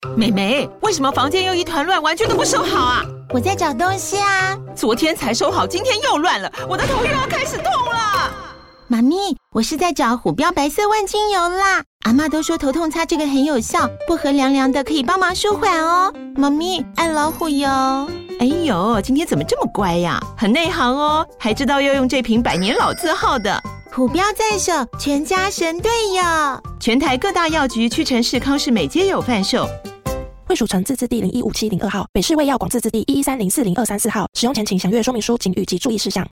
妹妹，为什么房间又一团乱，完全都不收好啊？ 我在找东西啊。 昨天才收好，今天又乱了，我的头又要开始痛了。 妈咪，我是在找虎标白色万金油啦。阿嬷都说头痛擦这个很有效，薄荷凉凉的，可以帮忙舒缓哦。妈咪，爱老虎油。 哎呦，今天怎么这么乖呀？很内行哦，还知道要用这瓶百年老字号的。 虎标在手，全家神队友。 全台各大药局、屈臣氏、康士美皆有贩售。 惠蜀城自治地015702号，北市卫药广自治地113040234号。使用前请详阅说明书、警语及注意事项。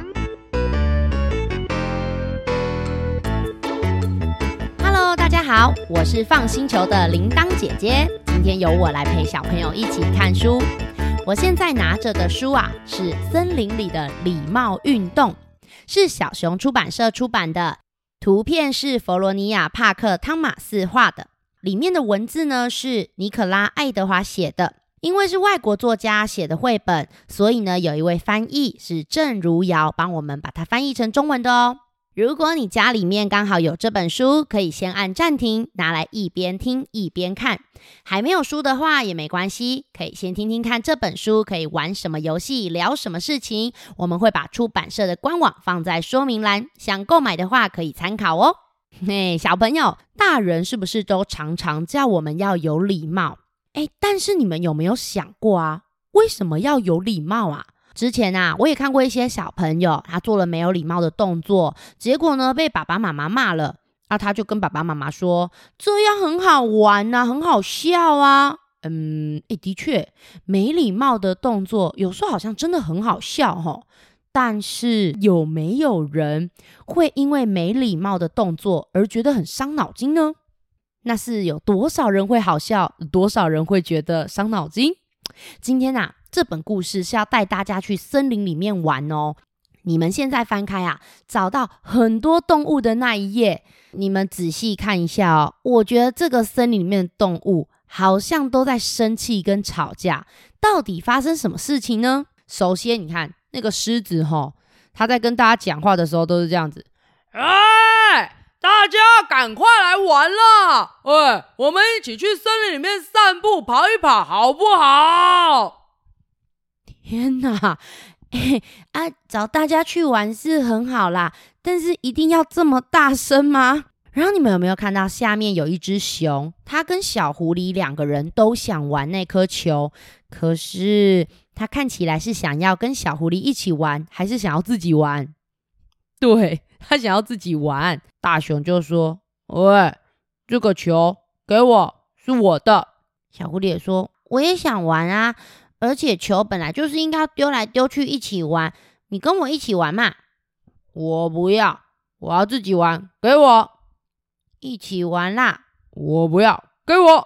Hello， 大家好，我是放星球的铃铛姐姐。今天由我来陪小朋友一起看书。我现在拿着的书啊，是《森林里的礼貌运动》，是小熊出版社出版的，图片是佛罗尼亚·帕克·汤马斯画的。里面的文字呢是尼可拉·爱德华写的，因为是外国作家写的绘本，所以呢有一位翻译是郑如瑶帮我们把它翻译成中文的哦。如果你家里面刚好有这本书，可以先按暂停，拿来一边听一边看。还没有书的话也没关系，可以先听听看这本书可以玩什么游戏，聊什么事情。我们会把出版社的官网放在说明栏，想购买的话可以参考哦。小朋友，大人是不是都常常叫我们要有礼貌？但是你们有没有想过啊，为什么要有礼貌啊？之前啊，我也看过一些小朋友，他做了没有礼貌的动作，结果呢被爸爸妈妈骂了。他就跟爸爸妈妈说，这样很好玩啊，很好笑啊。的确，没礼貌的动作有时候好像真的很好笑齁。但是有没有人会因为没礼貌的动作而觉得很伤脑筋呢？那是有多少人会好笑，多少人会觉得伤脑筋？今天啊，这本故事是要带大家去森林里面玩哦。你们现在翻开啊，找到很多动物的那一页，你们仔细看一下哦。我觉得这个森林里面的动物好像都在生气跟吵架，到底发生什么事情呢？首先你看那个狮子他在跟大家讲话的时候都是这样子，大家赶快来玩啦！我们一起去森林里面散步跑一跑好不好？天哪，找大家去玩是很好啦，但是一定要这么大声吗？然后你们有没有看到下面有一只熊，它跟小狐狸两个人都想玩那颗球，可是它看起来是想要跟小狐狸一起玩，还是想要自己玩？对，他想要自己玩。大熊就说，这个球给我，是我的。小狐狸也说，我也想玩啊，而且球本来就是应该丢来丢去一起玩，你跟我一起玩嘛。我不要，我要自己玩，给我。一起玩啦。我不要，给我。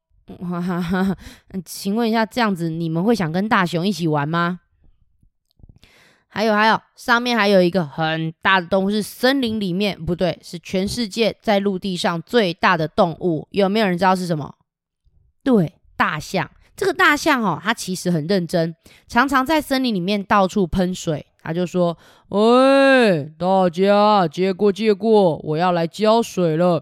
请问一下，这样子你们会想跟大熊一起玩吗？还有，上面还有一个很大的动物，是森林里面，不对，是全世界在陆地上最大的动物，有没有人知道是什么？对，大象。这个大象它其实很认真，常常在森林里面到处喷水。他就说，大家借过，我要来浇水了。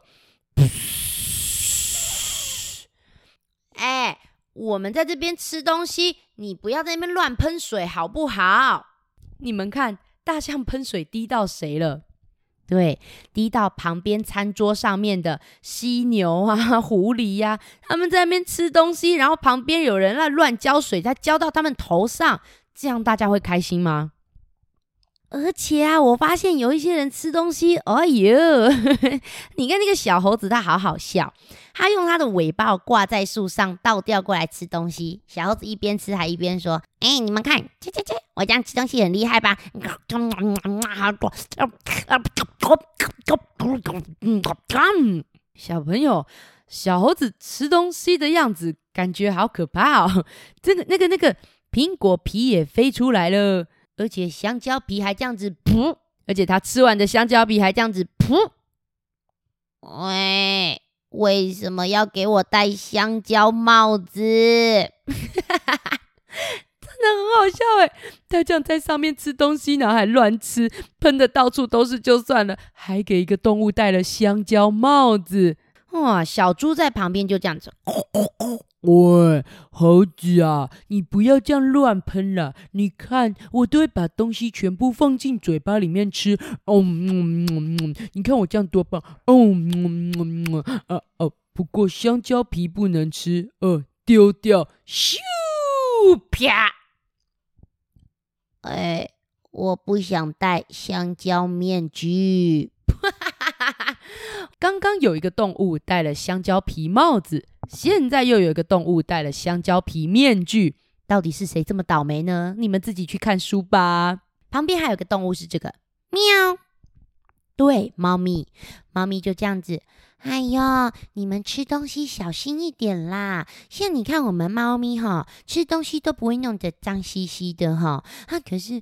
我们在这边吃东西，你不要在那边乱喷水好不好？你们看，大象喷水滴到谁了？对，滴到旁边餐桌上面的犀牛啊、狐狸啊，他们在那边吃东西，然后旁边有人在乱浇水，再浇到他们头上，这样大家会开心吗？而且啊，我发现有一些人吃东西，你看那个小猴子，它好好笑，它用它的尾巴挂在树上，倒吊过来吃东西。小猴子一边吃还一边说，你们看，我这样吃东西很厉害吧？小朋友，小猴子吃东西的样子感觉好可怕哦！真的，那个苹果皮也飞出来了。而且香蕉皮还这样子噗，而且他吃完的香蕉皮还这样子噗。为什么要给我戴香蕉帽子？真的很好笑他这样在上面吃东西，然后还乱吃，喷的到处都是就算了，还给一个动物戴了香蕉帽子。小猪在旁边就这样子喂，猴子啊，你不要这样乱喷啦！你看，我都会把东西全部放进嘴巴里面吃。你看我这样多棒！不过香蕉皮不能吃，丢掉！咻，啪！ 我不想戴香蕉面具。 刚刚有一个动物戴了香蕉皮帽子，现在又有一个动物戴了香蕉皮面具，到底是谁这么倒霉呢？你们自己去看书吧。旁边还有个动物是这个喵，对，猫咪。猫咪就这样子， 哎呦，你们吃东西小心一点啦！像你看我们猫咪吃东西都不会弄得脏兮兮的可是，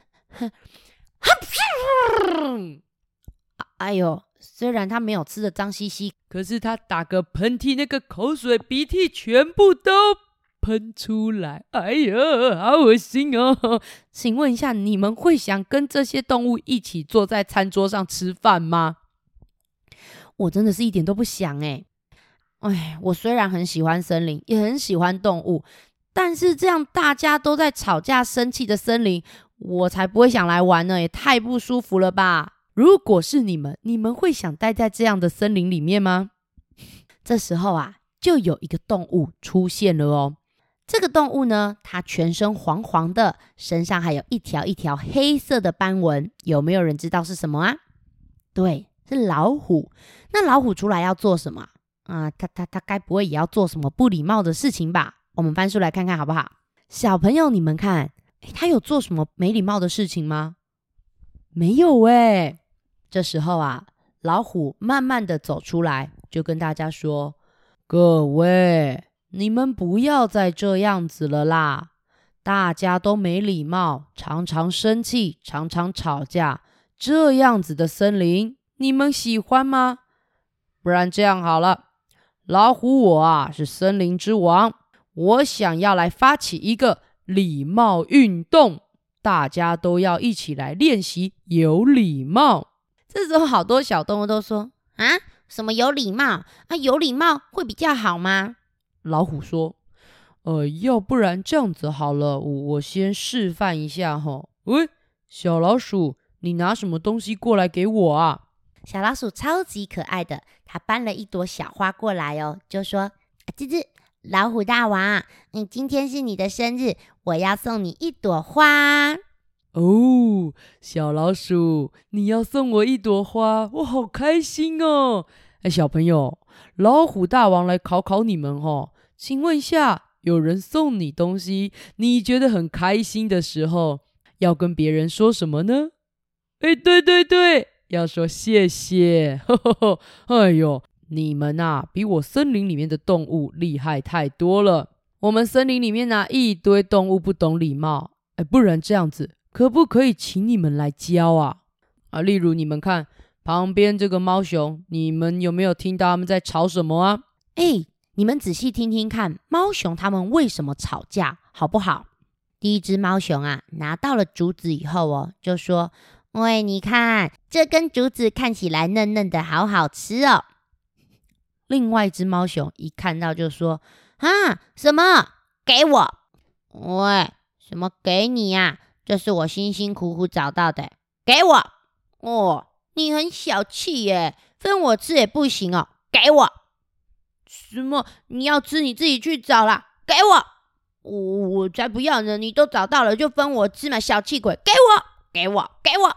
哎呦，虽然它没有吃的脏兮兮，可是它打个喷嚏，那个口水鼻涕全部都喷出来，哎呦，好恶心哦！请问一下，你们会想跟这些动物一起坐在餐桌上吃饭吗？我真的是一点都不想我虽然很喜欢森林，也很喜欢动物，但是这样大家都在吵架生气的森林，我才不会想来玩呢，也太不舒服了吧。如果是你们会想待在这样的森林里面吗？这时候就有一个动物出现了哦。这个动物呢，它全身黄黄的，身上还有一条一条黑色的斑纹，有没有人知道是什么啊？对，是老虎。那老虎出来要做什么它该不会也要做什么不礼貌的事情吧？我们翻书来看看好不好？小朋友，你们看，它有做什么没礼貌的事情吗？没有这时候老虎慢慢的走出来，就跟大家说：各位，你们不要再这样子了啦！大家都没礼貌，常常生气，常常吵架，这样子的森林，你们喜欢吗？不然这样好了，老虎我是森林之王，我想要来发起一个礼貌运动，大家都要一起来练习有礼貌。这时候好多小动物都说什么有礼貌有礼貌会比较好吗？ 老虎说要不然这样子好了，我先示范一下小老鼠，你拿什么东西过来给我啊？ 小老鼠超级可爱的，它搬了一朵小花过来就说：老虎大王，今天是你的生日，我要送你一朵花。 小老鼠，你要送我一朵花，我好开心哦！小朋友，老虎大王来考考你们请问一下，有人送你东西，你觉得很开心的时候，要跟别人说什么呢？对，要说谢谢。哎呦，你们比我森林里面的动物厉害太多了。我们森林里面一堆动物不懂礼貌，不然这样子，可不可以请你们来教例如你们看旁边这个猫熊，你们有没有听到他们在吵什么啊？ 你们仔细听听看，猫熊他们为什么吵架，好不好？ 第一只猫熊拿到了竹子以后就说：喂，你看这根竹子看起来嫩嫩的，好好吃哦。 另外一只猫熊一看到就说： 什么？给我！喂，什么给你这是我辛辛苦苦找到的，给我！你很小气耶，分我吃也不行哦，给我！什么？你要吃你自己去找啦，给我！我才不要呢！你都找到了就分我吃嘛，小气鬼！给我！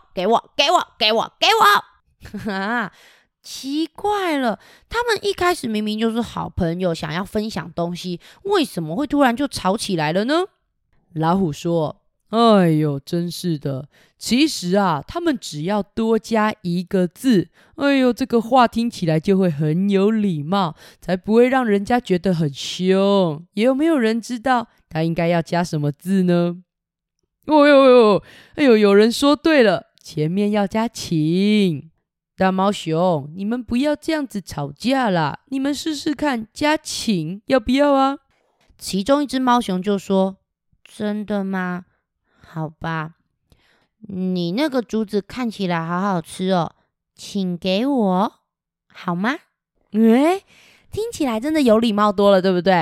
奇怪了，他们一开始明明就是好朋友，想要分享东西，为什么会突然就吵起来了呢？ 老虎说：哎呦，真是的！其实他们只要多加一个字，这个话听起来就会很有礼貌，才不会让人家觉得很凶。有没有人知道他应该要加什么字呢？有人说对了，前面要加请。大猫熊，你们不要这样子吵架啦，你们试试看加请要不要啊？ 其中一只猫熊就说：真的吗？好吧，你那个竹子看起来好好吃哦，请给我好吗？听起来真的有礼貌多了，对不对？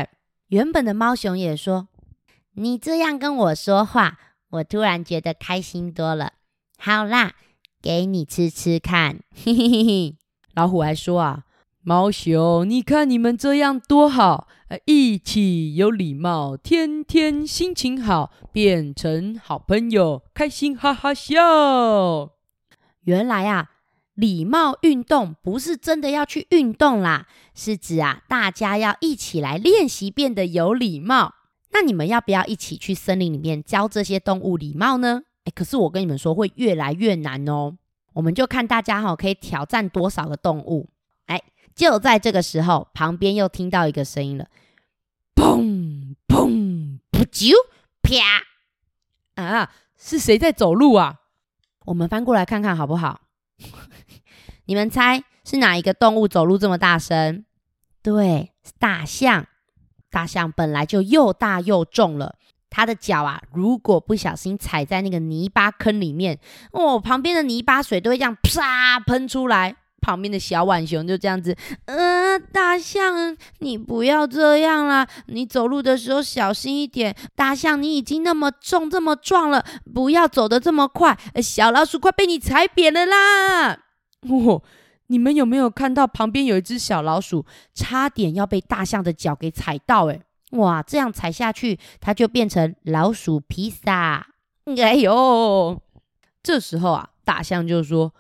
原本的猫熊也说：“你这样跟我说话，我突然觉得开心多了。好啦，给你吃吃看。”嘿嘿嘿嘿。 老虎还说啊，猫熊，你看你们这样多好，一起有礼貌，天天心情好，变成好朋友，开心哈哈笑。 原来啊，礼貌运动不是真的要去运动啦，是指啊，大家要一起来练习变得有礼貌。那你们要不要一起去森林里面教这些动物礼貌呢？可是我跟你们说，会越来越难哦。我们就看大家可以挑战多少个动物。就在这个时候，旁边又听到一个声音了，砰砰噗啾啪啊，是谁在走路啊？ 我们翻过来看看好不好？你们猜是哪一个动物走路这么大声？对，是大象。大象本来就又大又重了，它的脚啊，如果不小心踩在那个泥巴坑里面，旁边的泥巴水都会这样啪喷出来。旁边的小浣熊就这样子，大象，你不要这样啦，你走路的时候小心一点。大象，你已经那么重这么壮了，不要走得这么快，小老鼠快被你踩扁了啦。 你们有没有看到旁边有一只小老鼠，差点要被大象的脚给踩到？ 哇，这样踩下去，它就变成老鼠披萨。 哎呦，这时候啊，大象就说：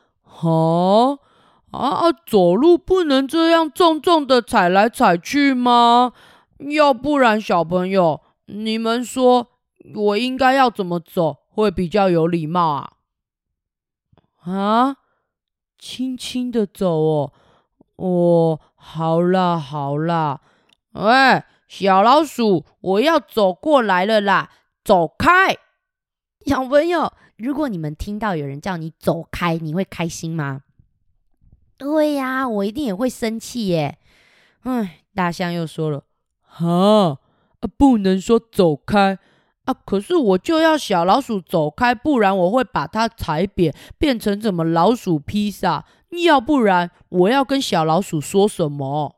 走路不能这样重重的踩来踩去吗？要不然小朋友，你们说我应该要怎么走会比较有礼貌啊？轻轻的走好啦好啦。小老鼠，我要走过来了啦，走开！ 小朋友，如果你们听到有人叫你走开，你会开心吗？对呀，我一定也会生气耶。 大象又说了，不能说走开可是我就要小老鼠走开，不然我会把它踩扁，变成什么老鼠披萨。要不然我要跟小老鼠说什么？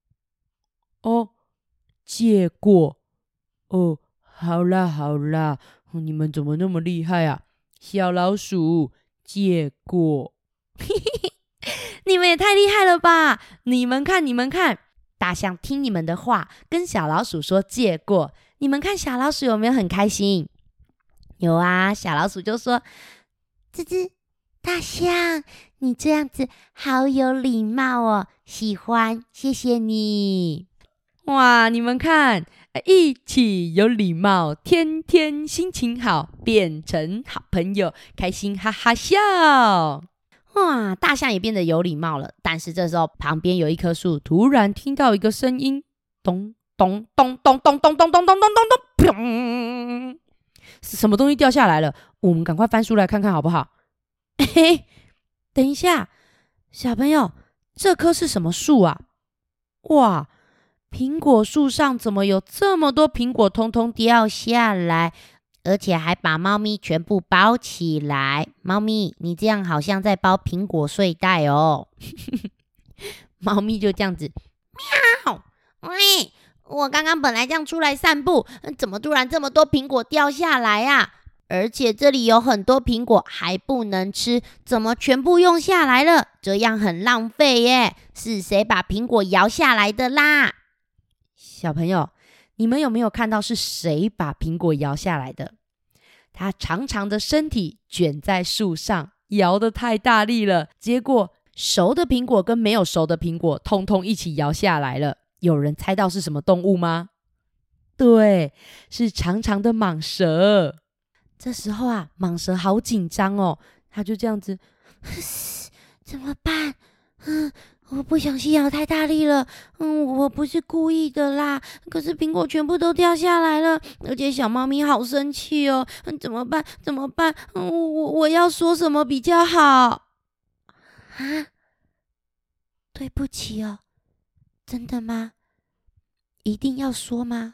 借过。好啦好啦，你们怎么那么厉害啊？小老鼠借过。 你们也太厉害了吧！你们看，大象听你们的话，跟小老鼠说借过。你们看小老鼠有没有很开心？有啊，小老鼠就说：“吱吱，大象，你这样子好有礼貌哦，喜欢，谢谢你。” 哇，你们看，一起有礼貌，天天心情好，变成好朋友，开心哈哈笑。 哇，大象也变得有礼貌了。但是这时候旁边有一棵树，突然听到一个声音，咚咚咚咚咚咚咚咚咚咚咚咚，砰！ 什么东西掉下来了？我们赶快翻书来看看好不好？ 等一下，小朋友，这棵是什么树啊？哇，苹果树上怎么有这么多苹果通通掉下来？而且还把猫咪全部包起来。猫咪，你这样好像在包苹果睡袋哦。猫咪就这样子，喵！喂，我刚刚本来这样出来散步，怎么突然这么多苹果掉下来啊？而且这里有很多苹果还不能吃，怎么全部用下来了？这样很浪费耶！是谁把苹果摇下来的啦？小朋友，你们有没有看到是谁把苹果摇下来的？它长长的身体卷在树上，摇得太大力了，结果熟的苹果跟没有熟的苹果通通一起摇下来了。有人猜到是什么动物吗？对，是长长的蟒蛇。这时候啊，蟒蛇好紧张哦，它就这样子，怎么办？我不小心摇太大力了，我不是故意的啦，可是苹果全部都掉下来了，而且小猫咪好生气哦，怎么办？我要说什么比较好？啊？对不起哦，真的吗？一定要说吗？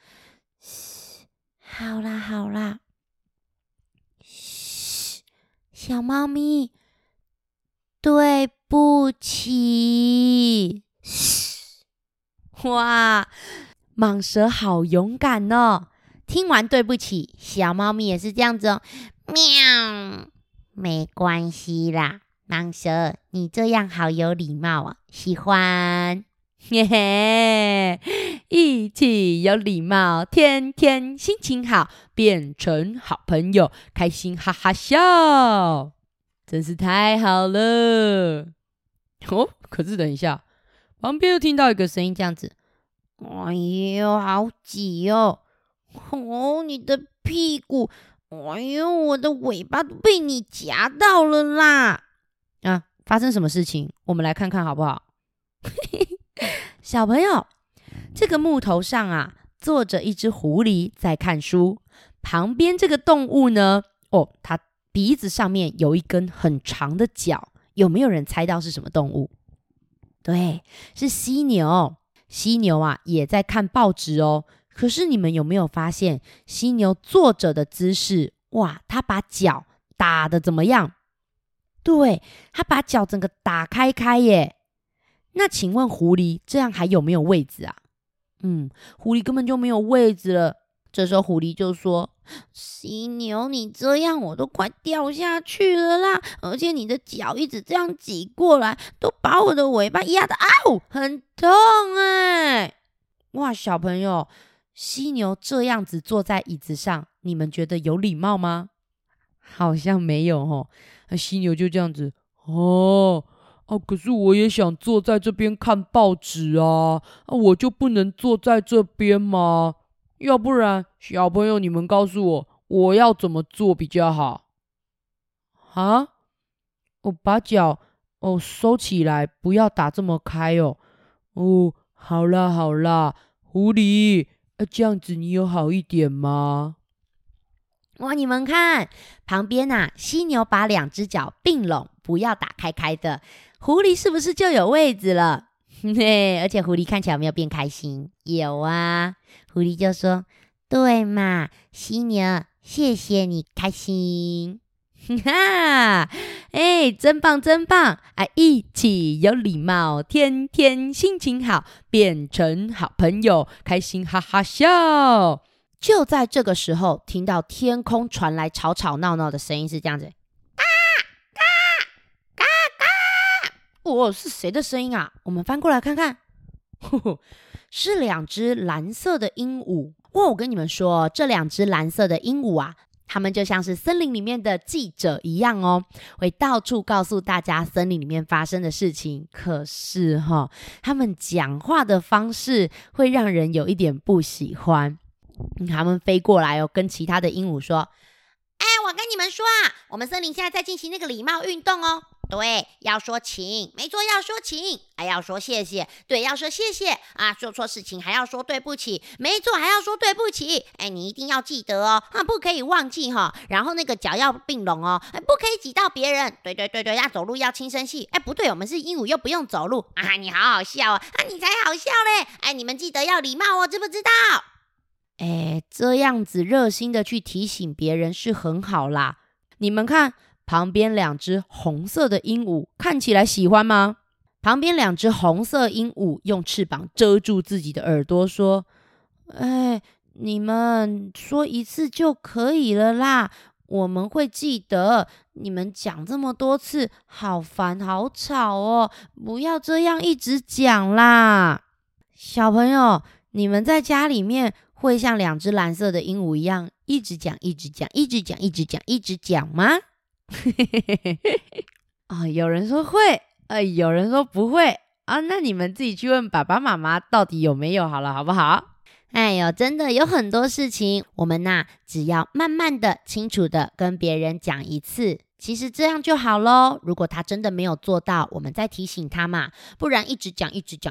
好啦，小猫咪，对不起。哇， 蟒蛇好勇敢哦。听完对不起，小猫咪也是这样子哦，喵，没关系啦，蟒蛇，你这样好有礼貌哦，喜欢。嘿嘿，一起有礼貌，天天心情好，变成好朋友，开心哈哈笑，真是太好了。 哦，可是等一下，旁边又听到一个声音，这样子， 哎呦，好挤哦！哦，你的屁股，哎呦，我的尾巴都被你夹到了啦！ 啊，发生什么事情？我们来看看好不好？ 小朋友，这个木头上啊，坐着一只狐狸在看书，旁边这个动物呢，它鼻子上面有一根很长的角，有没有人猜到是什么动物？对，是犀牛。犀牛啊，也在看报纸哦。可是你们有没有发现，犀牛坐着的姿势，哇，它把脚打得怎么样？对，它把脚整个打开耶。那请问狐狸这样还有没有位置啊？狐狸根本就没有位置了。这时候狐狸就说，犀牛，你这样我都快掉下去了啦，而且你的脚一直这样挤过来，都把我的尾巴压得很痛哎。哇，小朋友，犀牛这样子坐在椅子上，你们觉得有礼貌吗？ 好像没有哦。犀牛就这样子，可是我也想坐在这边看报纸啊，我就不能坐在这边吗？要不然，小朋友你们告诉我，我要怎么做比较好？啊？我把脚收起来，不要打这么开哦。好啦，狐狸，这样子你有好一点吗？ 哇，你们看，旁边啊，犀牛把两只脚并拢，不要打开的，狐狸是不是就有位置了？而且狐狸看起来有没有变开心？有啊，狐狸就说，对嘛，犀牛，谢谢你开心。哈，真棒！一起有礼貌，天天心情好，变成好朋友，开心哈哈笑。就在这个时候，听到天空传来吵吵闹闹的声音，是这样子，嘎嘎嘎嘎。是谁的声音啊？我们翻过来看看，是两只蓝色的鹦鹉。我跟你们说，这两只蓝色的鹦鹉啊，他们就像是森林里面的记者一样哦，会到处告诉大家森林里面发生的事情。可是他们讲话的方式会让人有一点不喜欢。他们飞过来跟其他的鹦鹉说，我跟你们说啊，我们森林现在在进行那个礼貌运动哦。对，要说请，没错，要说请，要说谢谢，对，要说谢谢啊，做错事情还要说对不起，没错，还要说对不起。你一定要记得哦，不可以忘记然后那个脚要并拢哦，不可以挤到别人。对，要走路要轻声细。不对，我们是鹦鹉又不用走路啊。你好好笑哦，你才好笑嘞。你们记得要礼貌哦，知不知道？这样子热心的去提醒别人是很好啦。你们看，旁边两只红色的鹦鹉看起来喜欢吗？旁边两只红色鹦鹉用翅膀遮住自己的耳朵说，你们说一次就可以了啦，我们会记得。你们讲这么多次，好烦好吵哦，不要这样一直讲啦。小朋友，你们在家里面会像两只蓝色的鹦鹉一样一直讲吗？有人说会，有人说不会啊。那你们自己去问爸爸妈妈到底有没有好了，好不好？真的有很多事情，我们只要慢慢的、清楚的跟别人讲一次，其实这样就好咯。如果他真的没有做到，我们再提醒他嘛，不然一直讲，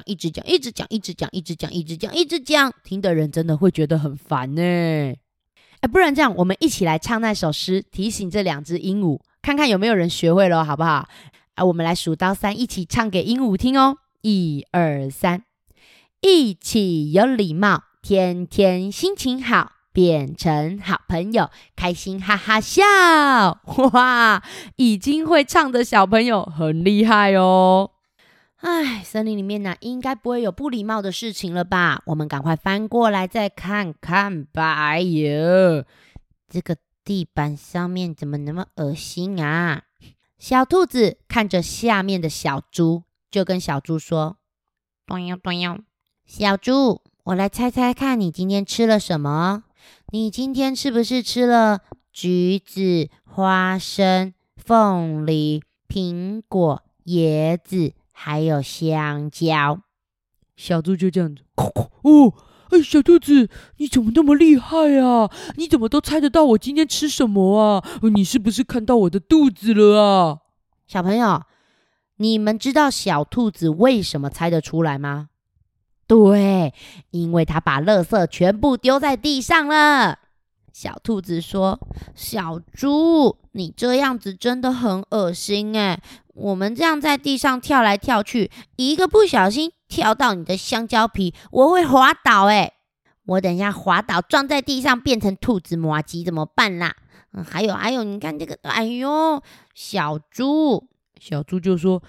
听的人真的会觉得很烦呢。不然这样，我们一起来唱那首诗，提醒这两只鹦鹉，看看有没有人学会了，好不好？我们来数到3，一起唱给鹦鹉听哦。1、2、3，一起有礼貌，天天心情好，变成好朋友，开心哈哈笑。哇，已经会唱的小朋友很厉害哦。 哎，森林里面呢，应该不会有不礼貌的事情了吧？我们赶快翻过来再看看吧。哎呦，这个地板上面怎么那么恶心啊？小兔子看着下面的小猪，就跟小猪说：端哟端哟，小猪，我来猜猜看你今天吃了什么？你今天是不是吃了橘子、花生、凤梨、苹果、椰子还有香蕉？ 小猪就这样子，哦，哎，小兔子，你怎么那么厉害啊？你怎么都猜得到我今天吃什么啊？你是不是看到我的肚子了啊？ 小朋友，你们知道小兔子为什么猜得出来吗？对，因为它把垃圾全部丢在地上了。小兔子说：小猪，你这样子真的很恶心耶，我们这样在地上跳来跳去，一个不小心跳到你的香蕉皮，我会滑倒耶。我等一下滑倒撞在地上变成兔子麻糬怎么办啦？还有，你看这个，哎呦，小猪就说：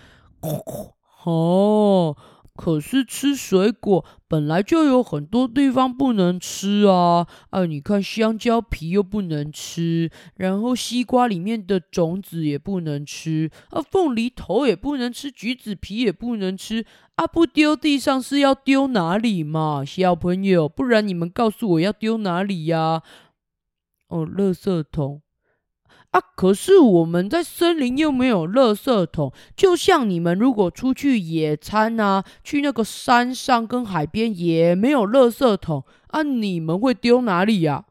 哦，可是吃水果本来就有很多地方不能吃啊！你看香蕉皮又不能吃，然后西瓜里面的种子也不能吃，凤梨头也不能吃，橘子皮也不能吃。不丢地上是要丢哪里嘛？小朋友，不然你们告诉我要丢哪里呀？垃圾桶。可是我们在森林又没有垃圾桶，就像你们如果出去野餐啊，去那个山上跟海边也没有垃圾桶你们会丢哪里呀？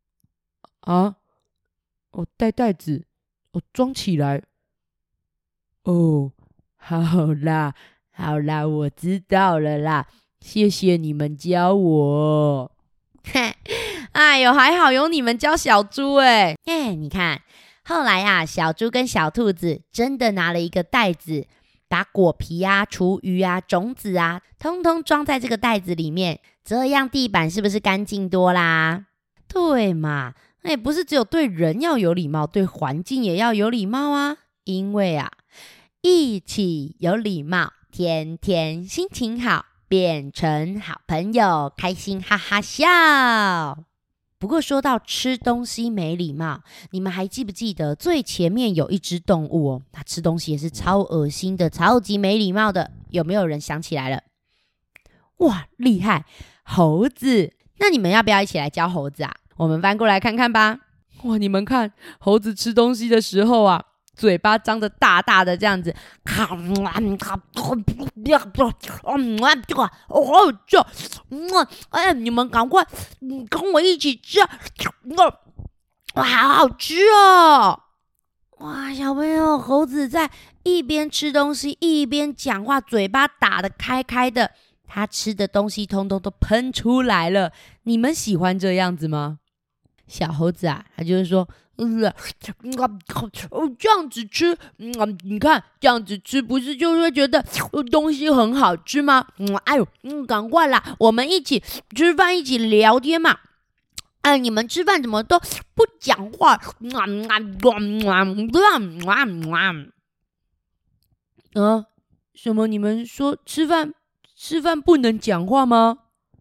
带袋子，装起来。好啦，我知道了啦，谢谢你们教我。 哎呦，还好有你们教小猪哎，你看。后来啊，小猪跟小兔子真的拿了一个袋子，把果皮啊、厨余啊、种子啊，通通装在这个袋子里面，这样地板是不是干净多啦？对嘛，不是只有对人要有礼貌，对环境也要有礼貌啊。因为啊，一起有礼貌，天天心情好，变成好朋友，开心哈哈笑。不过说到吃东西没礼貌，你们还记不记得最前面有一只动物它吃东西也是超恶心的，超级没礼貌的，有没有人想起来了？哇，厉害，猴子！那你们要不要一起来教猴子啊？我们翻过来看看吧。 哇，你们看，猴子吃东西的时候啊，嘴巴张得大大的这样子， 你们赶快跟我一起吃，哇，好好吃哦！哇，小朋友，猴子在一边吃东西一边讲话，嘴巴打得开开的，他吃的东西通通都喷出来了。你们喜欢这样子吗？小猴子啊，他就是说，这样子吃，你看这样子吃，不是就会觉得东西很好吃吗？赶快啦，我们一起吃饭，一起聊天嘛。你们吃饭怎么都不讲话？ 什么？你们说吃饭不能讲话吗？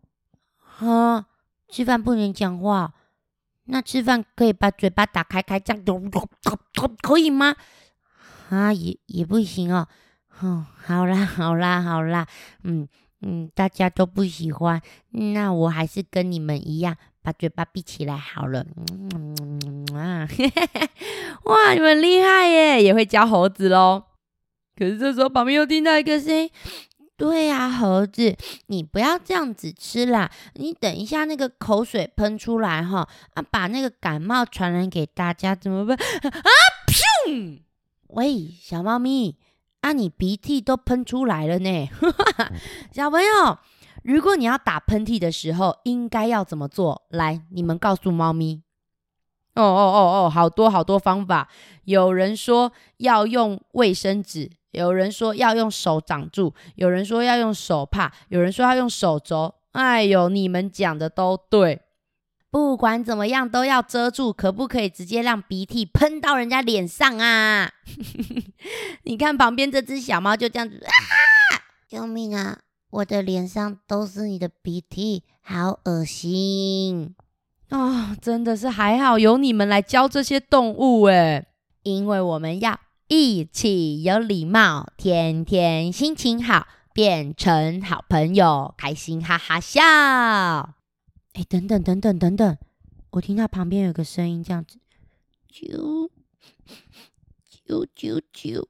吃饭不能讲话。那吃饭可以把嘴巴打开，这样可以吗？也不行哦。好啦，大家都不喜欢，那我还是跟你们一样，把嘴巴闭起来好了。哇，你们厉害耶，也会教猴子咯。 可是这时候旁边又听到一个声音。 对啊，猴子，你不要这样子吃啦！你等一下那个口水喷出来把那个感冒传染给大家怎么办？噗！喂，小猫咪，你鼻涕都喷出来了呢！小朋友，如果你要打喷嚏的时候，应该要怎么做？来，你们告诉猫咪。 好多方法。有人说要用卫生纸。有人说要用手掌住，有人说要用手帕，有人说要用手肘。哎呦，你们讲的都对。 不管怎么样都要遮住，可不可以直接让鼻涕喷到人家脸上啊？你看旁边这只小猫就这样子救命啊！我的脸上都是你的鼻涕，好恶心哦，真的是还好有你们来教这些动物耶， 因为我们要一起有礼貌，天天心情好，变成好朋友，开心哈哈笑。 等等，我听到旁边有个声音这样子，啾啾啾啾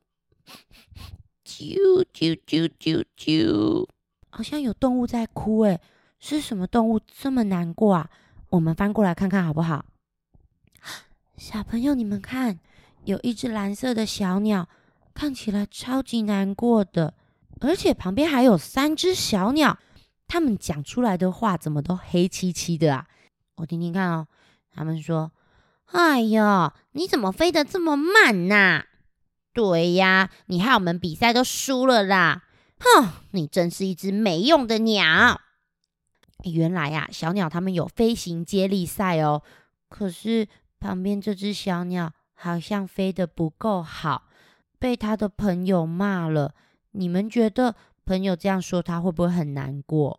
啾啾啾啾啾，好像有动物在哭耶，是什么动物这么难过啊？我们翻过来看看好不好？小朋友，你们看，有一只蓝色的小鸟，看起来超级难过的，而且旁边还有3只小鸟，他们讲出来的话怎么都黑漆漆的啊？我听听看哦。他们说：“ 哎呦，你怎么飞得这么慢啊？对呀，你害我们比赛都输了啦！哼，你真是一只没用的鸟。” 原来啊，小鸟他们有飞行接力赛哦，可是旁边这只小鸟好像飞得不够好，被他的朋友骂了。你们觉得朋友这样说他会不会很难过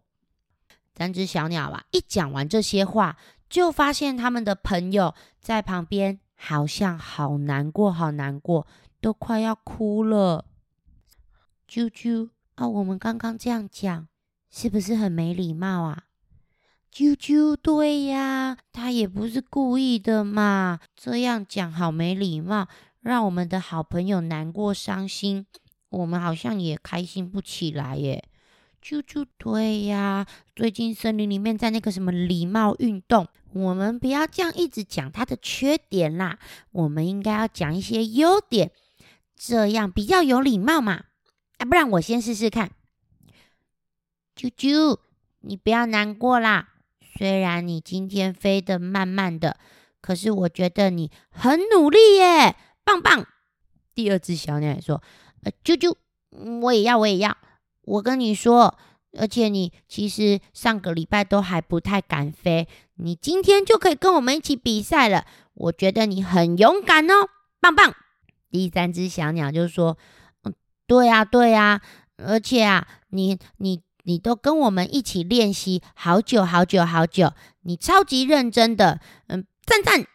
？3只小鸟啊，一讲完这些话，就发现他们的朋友在旁边好像好难过，都快要哭了。啾啾啊，我们刚刚这样讲，是不是很没礼貌啊？啾啾，对呀，他也不是故意的嘛，这样讲好没礼貌，让我们的好朋友难过伤心，我们好像也开心不起来耶。啾啾，对呀，最近森林里面在那个什么礼貌运动，我们不要这样一直讲他的缺点啦，我们应该要讲一些优点，这样比较有礼貌嘛。不然我先试试看。啾啾，你不要难过啦，虽然你今天飞得慢慢的，可是我觉得你很努力耶，棒棒。第2只小鸟也说：啾啾，我也要。我跟你说，而且你其实上个礼拜都还不太敢飞，你今天就可以跟我们一起比赛了，我觉得你很勇敢哦，棒棒。第3只小鸟就说：对啊，而且啊，你都跟我们一起练习好久，你超级认真的，赞。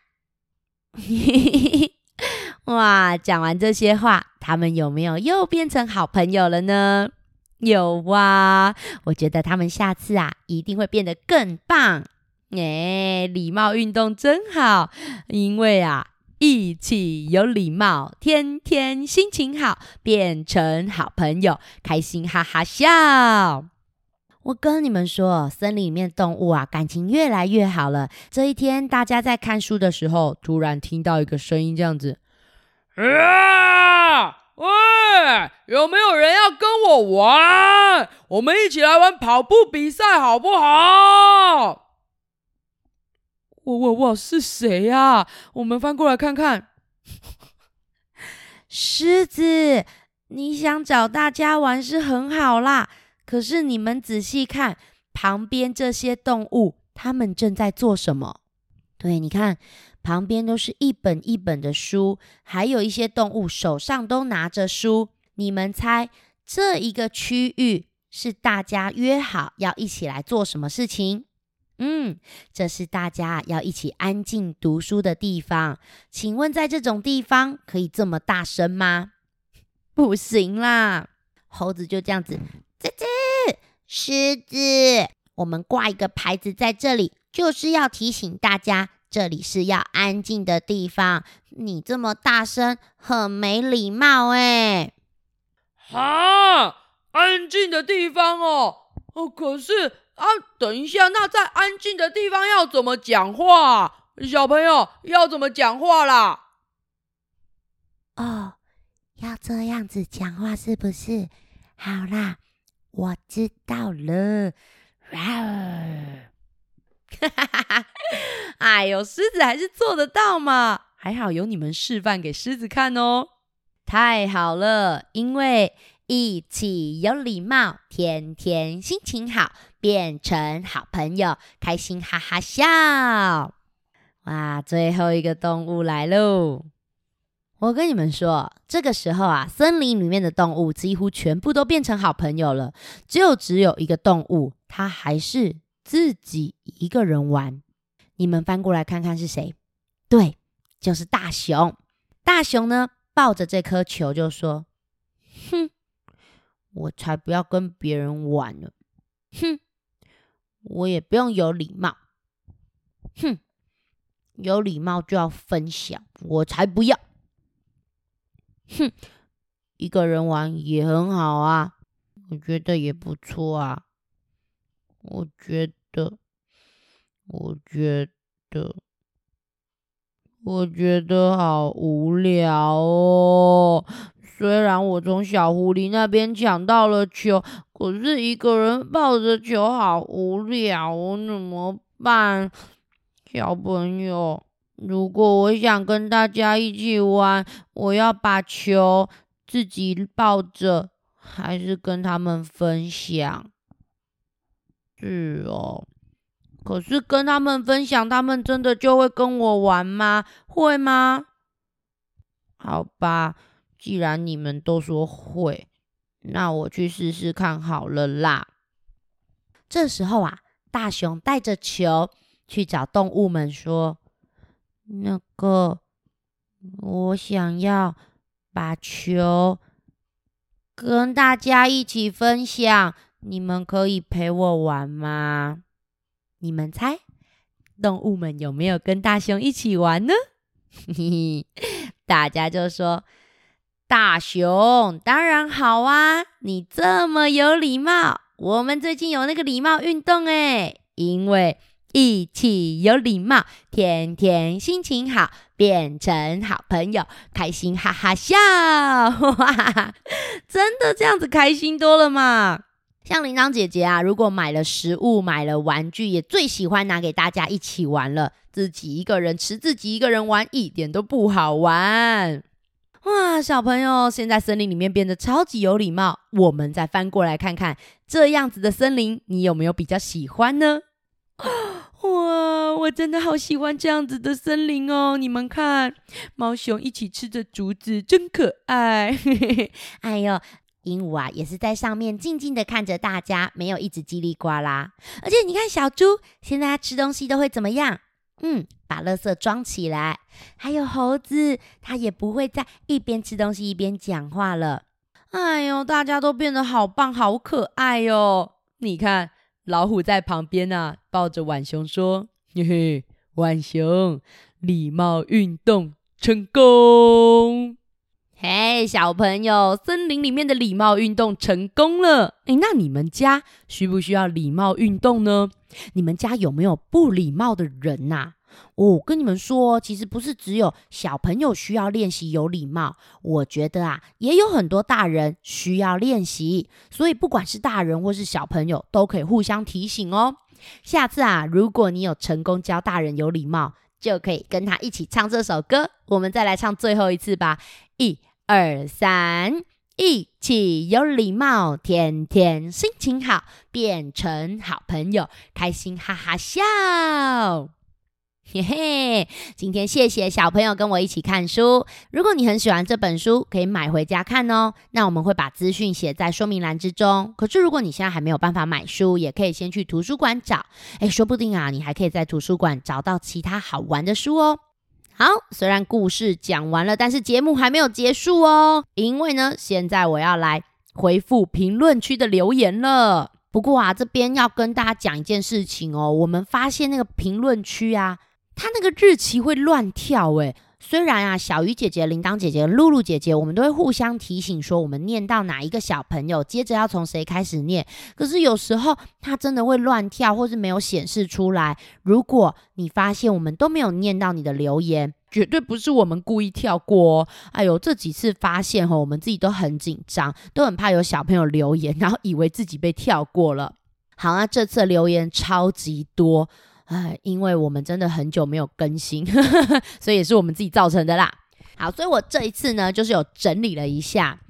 哇，讲完这些话，他们有没有又变成好朋友了呢？有啊，我觉得他们下次啊一定会变得更棒。礼貌运动真好，因为啊一起有礼貌，天天心情好，变成好朋友，开心哈哈笑。我跟你们说，森林里面动物啊，感情越来越好了。这一天，大家在看书的时候，突然听到一个声音，这样子：喂，有没有人要跟我玩？我们一起来玩跑步比赛好不好？哇，是谁啊？我们翻过来看看。狮子，你想找大家玩是很好啦，可是你们仔细看，旁边这些动物，他们正在做什么？对，你看，旁边都是一本一本的书，还有一些动物手上都拿着书。你们猜，这一个区域是大家约好要一起来做什么事情？这是大家要一起安静读书的地方。请问在这种地方可以这么大声吗？不行啦。猴子就这样子，狮子，我们挂一个牌子在这里，就是要提醒大家，这里是要安静的地方。你这么大声，很没礼貌耶。 安静的地方哦，可是等一下，那在安静的地方要怎么讲话？小朋友要怎么讲话啦？ 要这样子讲话是不是？好啦，我知道了。 哎呦，狮子还是做得到嘛，还好有你们示范给狮子看哦。太好了，因为一起有礼貌，天天心情好，变成好朋友，开心哈哈笑。哇，最后一个动物来喽。 我跟你们说，这个时候啊，森林里面的动物几乎全部都变成好朋友了，只有一个动物，它还是自己一个人玩。你们翻过来看看是谁？对，就是大熊。大熊呢，抱着这颗球就说：哼，我才不要跟别人玩呢。哼，我也不用有礼貌。哼，有礼貌就要分享，我才不要。哼，一个人玩也很好啊，我觉得也不错啊。我觉得好无聊哦。虽然我从小狐狸那边抢到了球，可是一个人抱着球好无聊哦，怎么办？小朋友，如果我想跟大家一起玩，我要把球自己抱着，还是跟他们分享？是哦，可是跟他们分享，他们真的就会跟我玩吗？会吗？好吧，既然你们都说会，那我去试试看好了啦。这时候啊，大熊带着球去找动物们说：我想要把球跟大家一起分享，你们可以陪我玩吗？你们猜，动物们有没有跟大熊一起玩呢？大家就说：大熊，当然好啊，你这么有礼貌。我们最近有那个礼貌运动耶，因为一起有礼貌，天天心情好，变成好朋友，开心哈哈笑。哇，真的这样子开心多了嘛？像铃铛姐姐啊，如果买了食物，买了玩具，也最喜欢拿给大家一起玩了。自己一个人吃，自己一个人玩，一点都不好玩。哇，小朋友，现在森林里面变得超级有礼貌。我们再翻过来看看，这样子的森林，你有没有比较喜欢呢？哇，我真的好喜欢这样子的森林哦！你们看，猫熊一起吃着竹子，真可爱。哎呦，鹦鹉啊，也是在上面静静的看着大家，没有一直叽里呱啦。而且你看小猪，现在它吃东西都会怎么样？把垃圾装起来。还有猴子，它也不会再一边吃东西一边讲话了。哎呦，大家都变得好棒，好可爱哦！你看，老虎在旁边啊，抱着浣熊说：嘿嘿，浣熊，礼貌运动成功。嘿，小朋友，森林里面的礼貌运动成功了。那你们家需不需要礼貌运动呢？你们家有没有不礼貌的人啊？我跟你们说，其实不是只有小朋友需要练习有礼貌，我觉得啊，也有很多大人需要练习。所以不管是大人或是小朋友，都可以互相提醒哦。下次啊，如果你有成功教大人有礼貌，就可以跟他一起唱这首歌。我们再来唱最后一次吧，1、2、3，一起有礼貌，天天心情好，变成好朋友，开心哈哈笑。嘿嘿，今天谢谢小朋友跟我一起看书。如果你很喜欢这本书，可以买回家看哦。那我们会把资讯写在说明栏之中。可是如果你现在还没有办法买书，也可以先去图书馆找。说不定啊，你还可以在图书馆找到其他好玩的书哦。好，虽然故事讲完了，但是节目还没有结束哦。因为呢，现在我要来回复评论区的留言了。不过啊，这边要跟大家讲一件事情哦。我们发现那个评论区啊，它那个日期会乱跳耶。虽然啊，小鱼姐姐、铃铛姐姐、露露姐姐，我们都会互相提醒说我们念到哪一个小朋友，接着要从谁开始念。可是有时候它真的会乱跳，或是没有显示出来。如果你发现我们都没有念到你的留言，绝对不是我们故意跳过哦。哎呦，这几次发现我们自己都很紧张，都很怕有小朋友留言，然后以为自己被跳过了。好，那这次留言超级多。因为我们真的很久没有更新，所以也是我们自己造成的啦。好，所以我这一次呢，就是有整理了一下，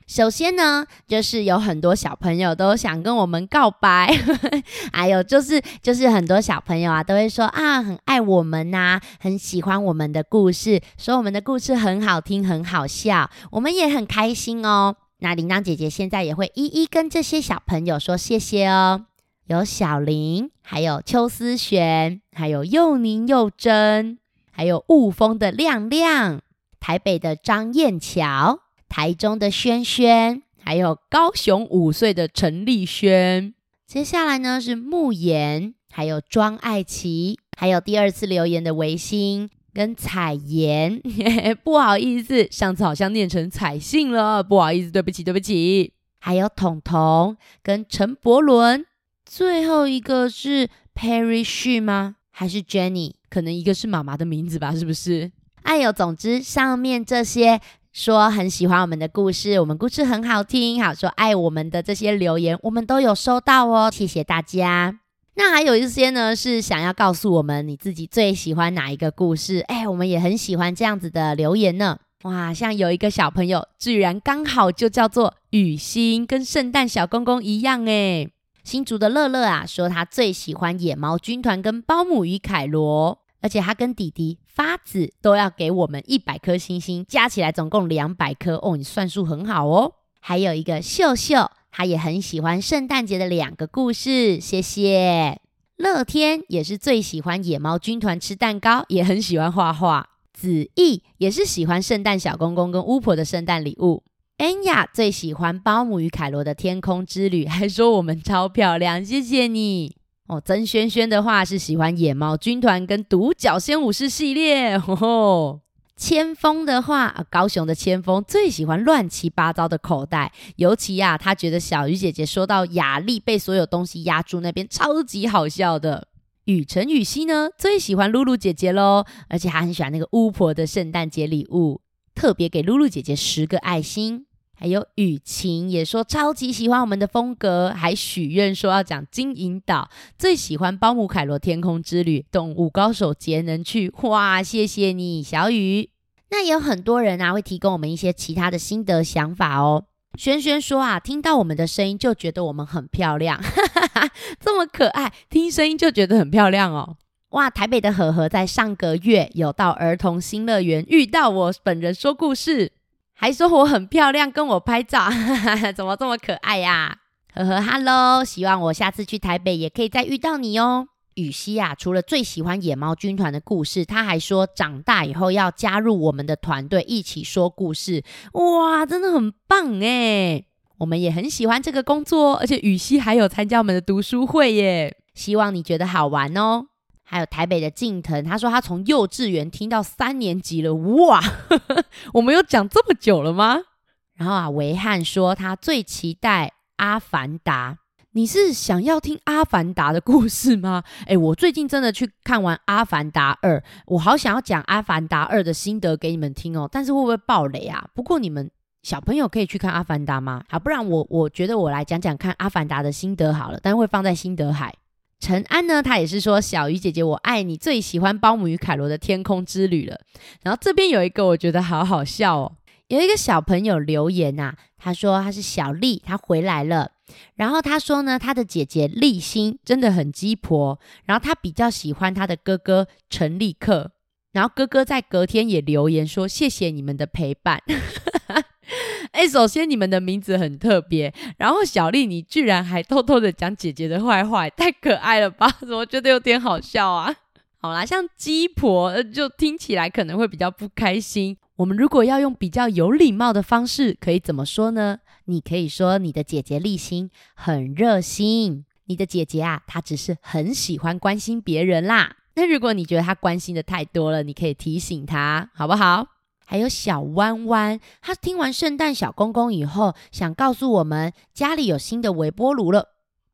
首先呢，就是有很多小朋友都想跟我们告白还有就是很多小朋友啊都会说啊很爱我们啊，很喜欢我们的故事，说我们的故事很好听很好笑，我们也很开心哦。那铃铛姐姐现在也会一一跟这些小朋友说谢谢哦。有小林，还有邱思璇，还有幼宁幼珍，还有雾峰的亮亮，台北的张燕乔，台中的轩轩，还有高雄5岁的陈立轩。接下来呢是慕言，还有庄爱琪，还有第2次留言的维新跟彩妍不好意思，上次好像念成彩信了，不好意思，对不起。还有彤彤跟陈柏伦。最后一个是 Perry Xu 吗？还是 Jenny？ 可能一个是妈妈的名字吧，是不是？哎呦，总之上面这些说很喜欢我们的故事，我们故事很好听，好说爱我们的这些留言我们都有收到哦，谢谢大家。那还有一些呢是想要告诉我们你自己最喜欢哪一个故事，我们也很喜欢这样子的留言呢。哇，像有一个小朋友居然刚好就叫做雨欣，跟圣诞小公公一样耶。新竹的乐乐啊说他最喜欢野猫军团跟包姆与凯罗，而且他跟弟弟发子都要给我们100颗星星，加起来总共200颗哦，你算数很好哦。还有一个秀秀，他也很喜欢圣诞节的2个故事，谢谢。乐天也是最喜欢野猫军团吃蛋糕，也很喜欢画画。子毅也是喜欢圣诞小公公跟巫婆的圣诞礼物。恩雅最喜欢包姆与凯罗的天空之旅，还说我们超漂亮，谢谢你哦。曾轩轩的话是喜欢野猫军团跟独角仙武士系列千锋的话，高雄的千锋最喜欢乱七八糟的口袋，尤其他觉得小鱼姐姐说到雅丽被所有东西压住那边超级好笑的。雨晨雨熙呢最喜欢露露姐姐咯，而且她很喜欢那个巫婆的圣诞节礼物，特别给露露姐姐10个爱心。还有雨晴也说超级喜欢我们的风格，还许愿说要讲金银岛，最喜欢包姆凯罗天空之旅，动物高手节能去。哇，谢谢你小雨。那也有很多人会提供我们一些其他的心得想法哦。轩轩说听到我们的声音就觉得我们很漂亮这么可爱，听声音就觉得很漂亮哦。哇，台北的和和在上个月有到儿童新乐园遇到我本人说故事，还说我很漂亮，跟我拍照怎么这么可爱呀？呵呵 ，Hello， 希望我下次去台北也可以再遇到你哦。雨熙除了最喜欢野猫军团的故事，他还说长大以后要加入我们的团队一起说故事。哇，真的很棒耶！我们也很喜欢这个工作，而且雨熙还有参加我们的读书会耶，希望你觉得好玩哦。还有台北的静腾，他说他从幼稚园听到3年级了，哇我们有讲这么久了吗？然后维汉说他最期待阿凡达。你是想要听阿凡达的故事吗？我最近真的去看完阿凡达2，我好想要讲阿凡达2的心得给你们听哦，但是会不会爆雷啊？不过你们小朋友可以去看阿凡达吗？好，不然我觉得我来讲讲看阿凡达的心得好了，但会放在心得海。陈安呢，他也是说小鱼姐姐我爱你，最喜欢包姆与凯罗的天空之旅了。然后这边有一个我觉得好好笑哦，有一个小朋友留言他说他是小丽，他回来了，然后他说呢他的姐姐丽欣真的很鸡婆，然后他比较喜欢他的哥哥陈立克，然后哥哥在隔天也留言说谢谢你们的陪伴首先你们的名字很特别，然后小丽你居然还偷偷的讲姐姐的坏话，太可爱了吧，怎么觉得有点好笑啊？好啦，像鸡婆就听起来可能会比较不开心，我们如果要用比较有礼貌的方式可以怎么说呢？你可以说你的姐姐丽欣很热心，你的姐姐她只是很喜欢关心别人啦。那如果你觉得她关心的太多了，你可以提醒她，好不好？还有小弯弯，他听完圣诞小公公以后，想告诉我们家里有新的微波炉了。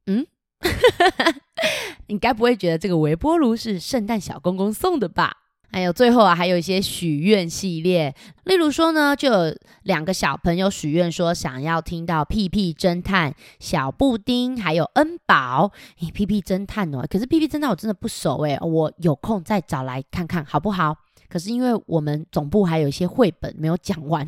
你该不会觉得这个微波炉是圣诞小公公送的吧？还有最后还有一些许愿系列，例如说呢，就有2个小朋友许愿说想要听到屁屁侦探、小布丁还有恩宝。屁屁侦探可是屁屁侦探我真的不熟我有空再找来看看好不好？可是因为我们总部还有一些绘本没有讲完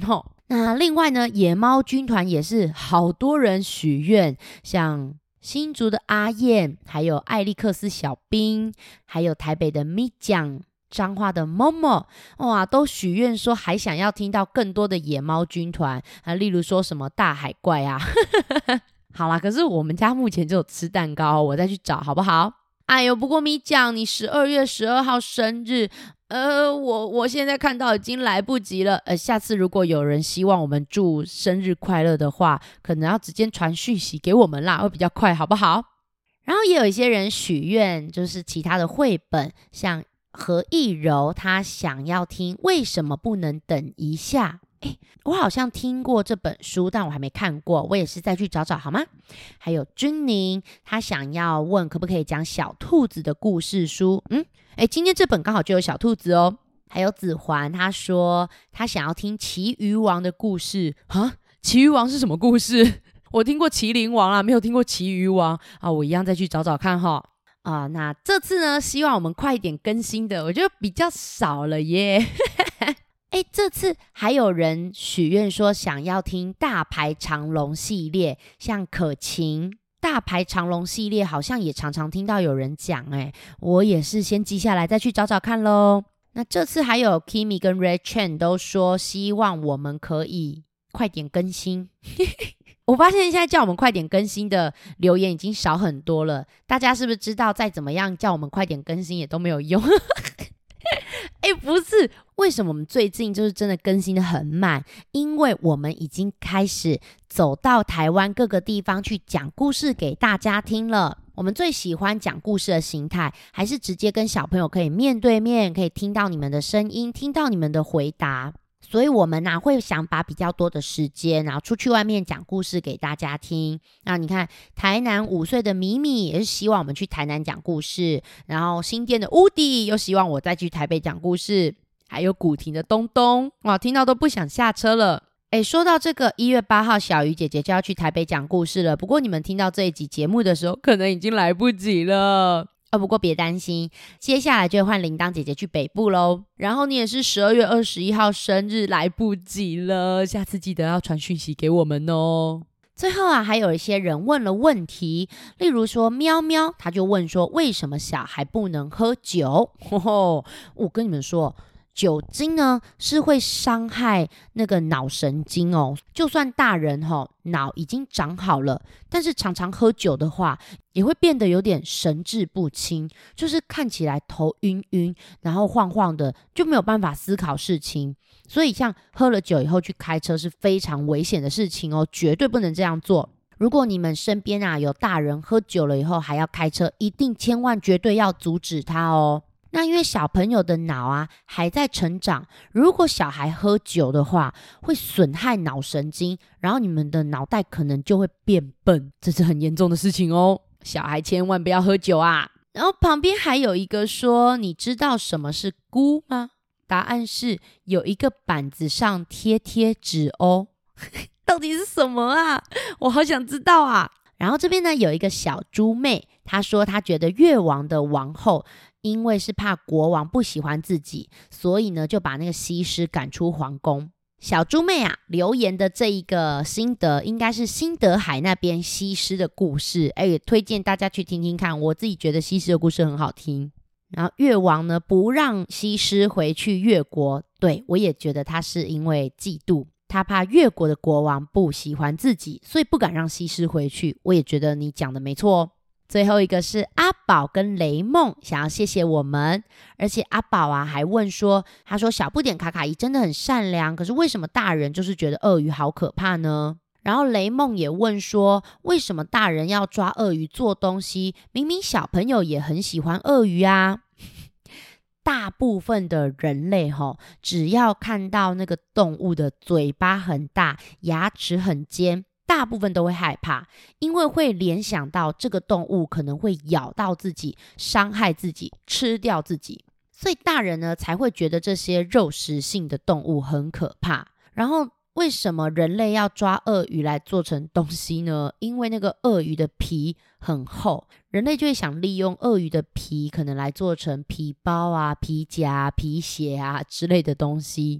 那另外呢，野猫军团也是好多人许愿，像新竹的阿燕，还有艾利克斯小兵，还有台北的咪酱，彰化的某某，哇，都许愿说还想要听到更多的野猫军团啊，例如说什么大海怪啊。好啦，可是我们家目前只有吃蛋糕，我再去找好不好？哎呦，不过咪酱，你12月12号生日，我现在看到已经来不及了。下次如果有人希望我们祝生日快乐的话，可能要直接传讯息给我们啦，会比较快，好不好？然后也有一些人许愿，就是其他的绘本，像何艺柔，他想要听为什么不能等一下。我好像听过这本书，但我还没看过，我也是再去找找好吗？还有君宁，他想要问可不可以讲小兔子的故事书。今天这本刚好就有小兔子哦。还有子环，他说他想要听奇鱼王的故事。奇鱼王是什么故事？我听过麒麟王啦，没有听过奇鱼王啊，我一样再去找找看哈。那这次呢，希望我们快一点更新的，我觉得比较少了耶。这次还有人许愿说想要听大排长龙系列，像可晴大排长龙系列好像也常常听到有人讲，我也是先记下来再去找找看咯。那这次还有 Kimi 跟 Red Chen 都说希望我们可以快点更新。我发现现在叫我们快点更新的留言已经少很多了，大家是不是知道再怎么样叫我们快点更新也都没有用？不是，为什么我们最近就是真的更新的很慢？因为我们已经开始走到台湾各个地方去讲故事给大家听了。我们最喜欢讲故事的形态，还是直接跟小朋友可以面对面，可以听到你们的声音，听到你们的回答。所以我们会想把比较多的时间，然后出去外面讲故事给大家听。那你看，台南5岁的米米也是希望我们去台南讲故事，然后新店的乌迪又希望我再去台北讲故事，还有古亭的东东，哇，听到都不想下车了。说到这个1月8号小鱼姐姐就要去台北讲故事了，不过你们听到这一集节目的时候可能已经来不及了。不过别担心，接下来就会换铃铛姐姐去北部咯。然后你也是12月21号生日，来不及了，下次记得要传讯息给我们哦。最后还有一些人问了问题，例如说喵喵，他就问说为什么小孩不能喝酒？我跟你们说，酒精呢是会伤害那个脑神经哦。就算大人脑已经长好了，但是常常喝酒的话，也会变得有点神志不清，就是看起来头晕晕，然后晃晃的，就没有办法思考事情。所以像喝了酒以后去开车是非常危险的事情哦，绝对不能这样做。如果你们身边有大人喝酒了以后还要开车，一定千万绝对要阻止他哦。那因为小朋友的脑还在成长，如果小孩喝酒的话，会损害脑神经，然后你们的脑袋可能就会变笨，这是很严重的事情哦。小孩千万不要喝酒啊。然后旁边还有一个说，你知道什么是菇吗？答案是有一个板子上贴贴纸哦。到底是什么啊？我好想知道啊。然后这边呢有一个小猪妹，她说她觉得越王的王后因为是怕国王不喜欢自己，所以呢就把那个西施赶出皇宫。小猪妹留言的这一个心得应该是新德海那边西施的故事，推荐大家去听听看，我自己觉得西施的故事很好听。然后越王呢不让西施回去越国，对，我也觉得他是因为嫉妒，他怕越国的国王不喜欢自己，所以不敢让西施回去，我也觉得你讲的没错哦。最后一个是阿宝跟雷梦想要谢谢我们，而且阿宝还问说，他说小不点卡卡伊真的很善良，可是为什么大人就是觉得鳄鱼好可怕呢？然后雷梦也问说，为什么大人要抓鳄鱼做东西，明明小朋友也很喜欢鳄鱼啊。大部分的人类只要看到那个动物的嘴巴很大，牙齿很尖，大部分都会害怕，因为会联想到这个动物可能会咬到自己，伤害自己，吃掉自己，所以大人呢才会觉得这些肉食性的动物很可怕。然后为什么人类要抓鳄鱼来做成东西呢？因为那个鳄鱼的皮很厚，人类就会想利用鳄鱼的皮可能来做成皮包皮夹皮鞋之类的东西。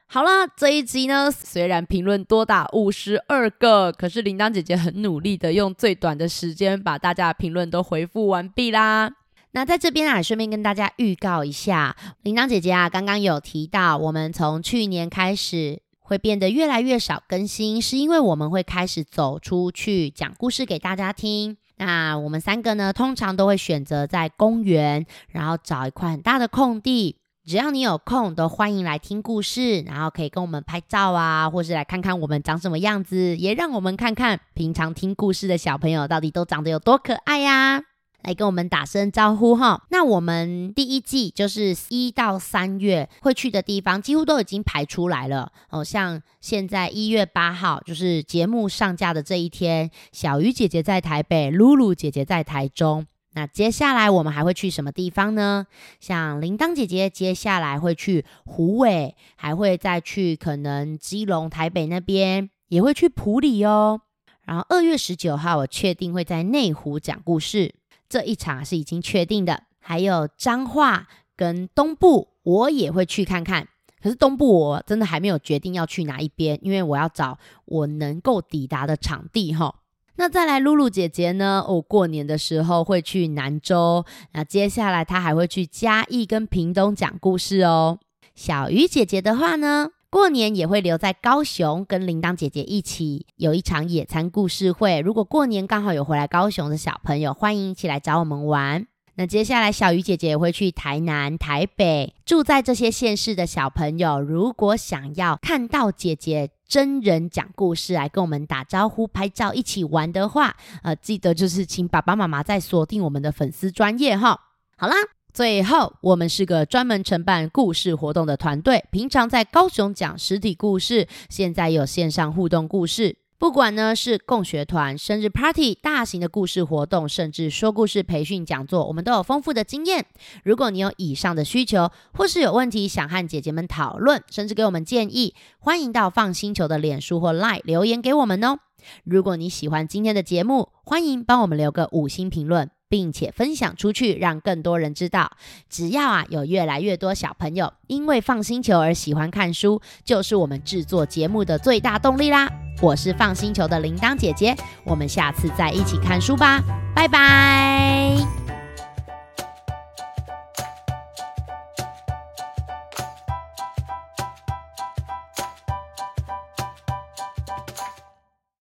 好啦，这一集呢，虽然评论多达52个，可是铃铛姐姐很努力的用最短的时间把大家的评论都回复完毕啦。那在这边啊，顺便跟大家预告一下，铃铛姐姐啊，刚刚有提到，我们从去年开始会变得越来越少更新，是因为我们会开始走出去讲故事给大家听。那我们3个呢，通常都会选择在公园，然后找一块很大的空地，只要你有空都欢迎来听故事，然后可以跟我们拍照啊，或是来看看我们长什么样子，也让我们看看平常听故事的小朋友到底都长得有多可爱呀。来跟我们打声招呼哈。那我们第一季就是1到3月会去的地方几乎都已经排出来了像现在1月8号就是节目上架的这一天，小鱼姐姐在台北，露露姐姐在台中。那接下来我们还会去什么地方呢？像铃铛姐姐接下来会去虎尾，还会再去可能基隆台北那边，也会去埔里哦。然后2月19号我确定会在内湖讲故事，这一场是已经确定的。还有彰化跟东部我也会去看看，可是东部我真的还没有决定要去哪一边，因为我要找我能够抵达的场地齁。那再来露露姐姐呢，过年的时候会去南州，那接下来她还会去嘉义跟屏东讲故事哦。小鱼姐姐的话呢，过年也会留在高雄跟铃铛姐姐一起有一场野餐故事会，如果过年刚好有回来高雄的小朋友，欢迎一起来找我们玩。那接下来小鱼姐姐也会去台南、台北，住在这些县市的小朋友，如果想要看到姐姐真人讲故事来跟我们打招呼、拍照、一起玩的话，记得就是请爸爸妈妈再锁定我们的粉丝专页齁。好啦，最后我们是个专门承办故事活动的团队，平常在高雄讲实体故事，现在有线上互动故事，不管呢是共学团、生日 party、大型的故事活动，甚至说故事培训讲座，我们都有丰富的经验。如果你有以上的需求，或是有问题想和姐姐们讨论，甚至给我们建议，欢迎到放星球的脸书或 LINE 留言给我们哦。如果你喜欢今天的节目，欢迎帮我们留个5星评论，并且分享出去，让更多人知道。只要有越来越多小朋友因为放星球而喜欢看书，就是我们制作节目的最大动力啦。我是放星球的铃铛姐姐，我们下次再一起看书吧，拜拜。